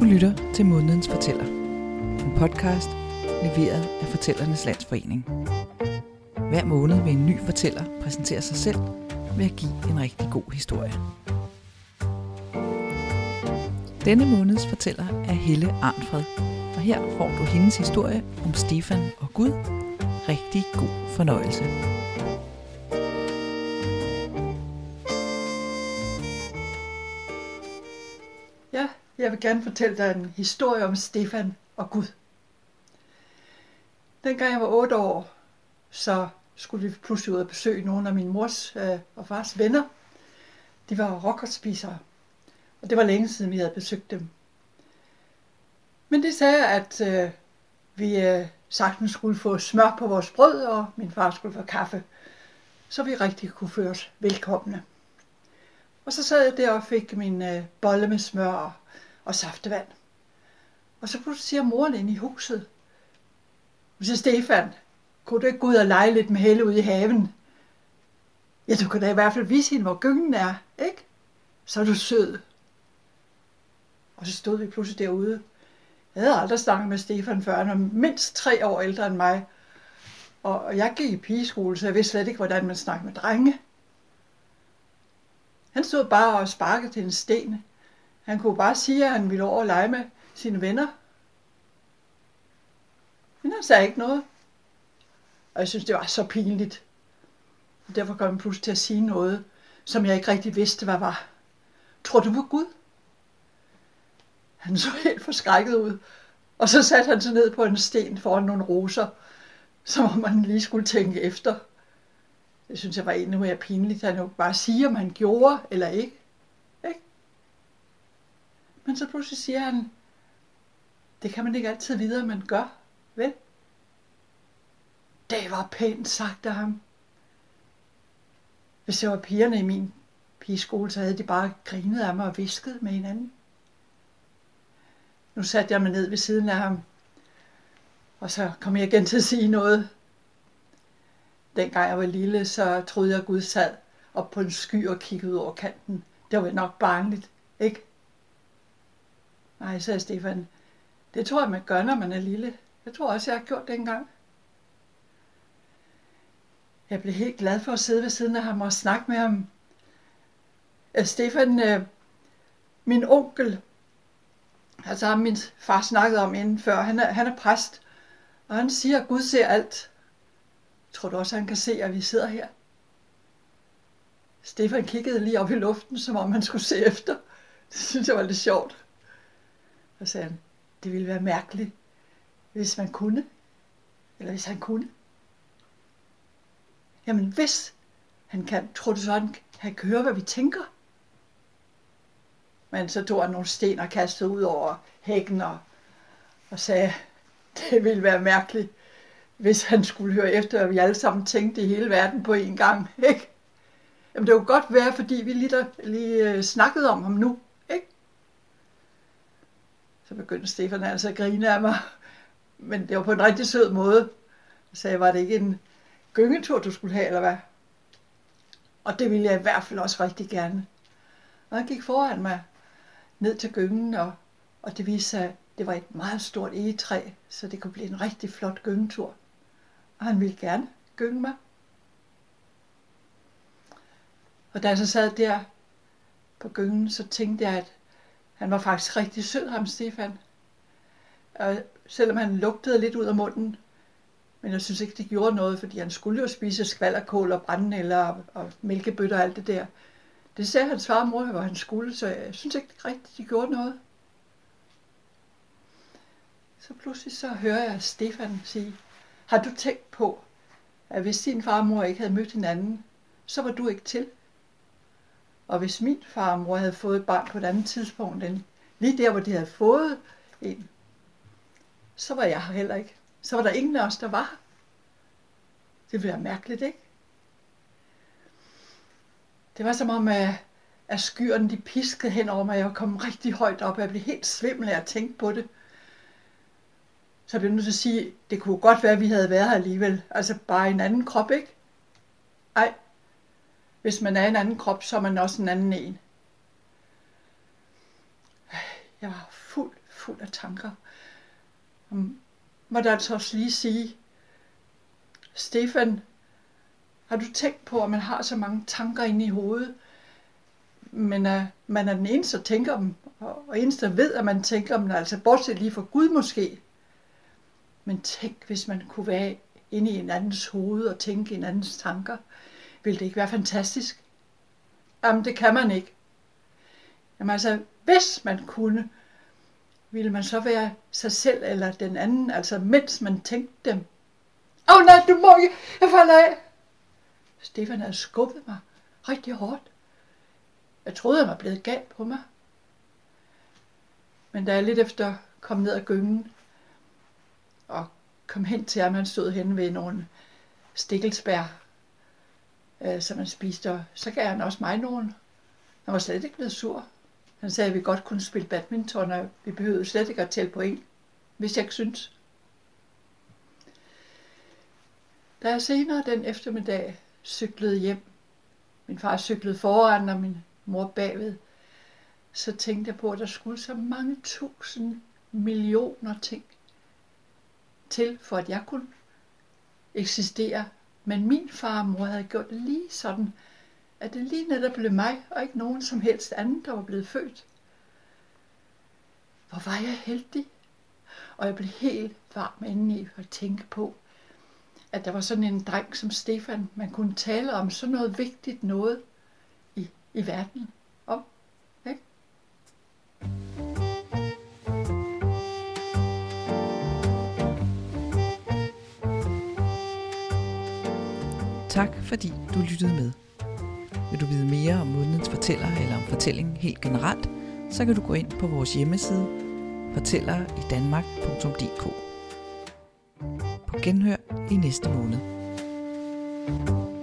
lytter til Månedens Fortæller. En podcast leveret af Fortællernes Landsforening. Hver måned vil en ny fortæller præsentere sig selv ved at give en rigtig god historie. Denne måneds fortæller er Helle Arnfred, og her får du hendes historie om Stefan og Gud. Rigtig god fornøjelse. Ja, jeg vil gerne fortælle dig en historie om Stefan og Gud. Dengang jeg var 8 år, så skulle vi pludselig ud og besøge nogle af min mors og fars venner. De var rockerspisere, og det var længe siden, vi havde besøgt dem. Men de sagde, at vi sagtens skulle få smør på vores brød, og min far skulle få kaffe, så vi rigtig kunne føre os velkomne. Og så sad jeg der og fik min bolle med smør og saftevand. Og så pludselig siger moren inde i huset, hun siger, Stefan, kunne du ikke gå ud og lege lidt med Helle ude i haven? Ja, du kan da i hvert fald vise hende, hvor gyngen er, ikke? Så er du sød. Og så stod vi pludselig derude. Jeg havde aldrig snakket med Stefan før, han var mindst 3 år ældre end mig. Og jeg gik i pigeskole, så jeg vidste slet ikke, hvordan man snakker med drenge. Han stod bare og sparkede til en sten. Han kunne bare sige, at han ville over og lege med sine venner. Men han sagde ikke noget. Og jeg synes, det var så pinligt. Og derfor kom han pludselig til at sige noget, som jeg ikke rigtig vidste, hvad var. Tror du på Gud? Han så helt forskrækket ud. Og så satte han sig ned på en sten foran nogle roser, som om man lige skulle tænke efter. Det synes jeg var endnu mere pinligt. Han jo bare sige, om han gjorde eller ikke. Men så pludselig siger han, det kan man ikke altid vide, man gør, vel? Det var pænt sagt af ham. Hvis det var pigerne i min pigeskole, så havde de bare grinet af mig og visket med hinanden. Nu satte jeg mig ned ved siden af ham, og så kom jeg igen til at sige noget. Dengang jeg var lille, så troede jeg, at Gud sad op på en sky og kiggede ud over kanten. Det var nok barnligt, ikke? Nej, sagde Stefan, det tror jeg, man gør, når man er lille. Jeg tror også, jeg har gjort det engang. Jeg blev helt glad for at sidde ved siden af ham og snakke med ham. Stefan, min onkel, altså ham min far snakkede om inden før, han er præst, og han siger, at Gud ser alt. Tror du også, han kan se, at vi sidder her? Stefan kiggede lige op i luften, som om han skulle se efter. Det synes jeg var lidt sjovt. Og sagde han, det ville være mærkeligt, hvis man kunne. Eller hvis han kunne. Jamen hvis han kan, tror du så, han kan høre, hvad vi tænker? Men så tog han nogle sten og kastede ud over hækken og sagde, det ville være mærkeligt, hvis han skulle høre efter, hvad vi alle sammen tænkte i hele verden på en gang, ikke? Jamen det kunne godt være, fordi vi lige snakkede om ham nu, ikke? Så begyndte Stefan altså at grine af mig, men det var på en rigtig sød måde. Jeg sagde, var det ikke en gyngetur, du skulle have, eller hvad? Og det ville jeg i hvert fald også rigtig gerne. Og han gik foran mig ned til gyngen, og det viste sig, at det var et meget stort egetræ, så det kunne blive en rigtig flot gyngetur. Og han ville gerne gynge mig. Og da jeg så sad der på gyngen, så tænkte jeg, at han var faktisk rigtig sød, ham Stefan. Og selvom han lugtede lidt ud af munden, men jeg synes ikke, det gjorde noget, fordi han skulle jo spise skvalderkål og brændenælder og mælkebøtter og alt det der. Det sagde hans far og mor, hvor han skulle, så jeg synes ikke rigtigt, det gjorde noget. Så pludselig så hører jeg Stefan sige, har du tænkt på, at hvis din far og mor ikke havde mødt hinanden, så var du ikke til? Og hvis min far og mor havde fået et barn på et andet tidspunkt, end lige der, hvor de havde fået en, så var jeg her heller ikke. Så var der ingen af os, der var. Det ville være mærkeligt, ikke? Det var som om, at skyerne de piskede hen over mig. Jeg kom rigtig højt op, og jeg blev helt svimmel af at tænke på det. Så jeg blev nødt til at sige, det kunne godt være, at vi havde været her alligevel. Altså bare en anden krop, ikke? Ej. Hvis man er en anden krop, så er man også en anden en. Jeg var fuld af tanker. Må der altså også lige sige, Stefan, har du tænkt på, at man har så mange tanker inde i hovedet, men man er den eneste, der tænker dem, og eneste, der ved, at man tænker dem, altså bortset lige fra Gud måske. Men tænk, hvis man kunne være inde i en andens hoved og tænke en andens tanker. Ville det ikke være fantastisk? Jamen, det kan man ikke. Jamen altså, hvis man kunne, ville man så være sig selv eller den anden, altså mens man tænkte dem. Nej, du må ikke, jeg falder af. Stefan havde skubbet mig rigtig hårdt. Jeg troede, han var blevet gal på mig. Men da jeg lidt efter kom ned ad gyngen og kom hen til ham, han stod henne ved nogle stikkelsbær, som han spiste, og så gav han også mig nogen. Han var slet ikke blevet sur. Han sagde, at vi godt kunne spille badminton, og vi behøvede slet ikke at tælle point, hvis jeg ikke synes. Da jeg senere den eftermiddag cyklede hjem, min far cyklede foran, og min mor bagved, så tænkte jeg på, at der skulle så mange tusind millioner ting til, for at jeg kunne eksistere. Men min far og mor havde gjort det lige sådan, at det lige netop blev mig, og ikke nogen som helst anden, der var blevet født. Hvor var jeg heldig, og jeg blev helt varm indeni at tænke på, at der var sådan en dreng som Stefan, man kunne tale om sådan noget vigtigt noget i verden om. Ikke? Tak fordi du lyttede med. Vil du vide mere om månedens fortæller eller om fortællingen helt generelt, så kan du gå ind på vores hjemmeside fortællereidanmark.dk. På genhør i næste måned.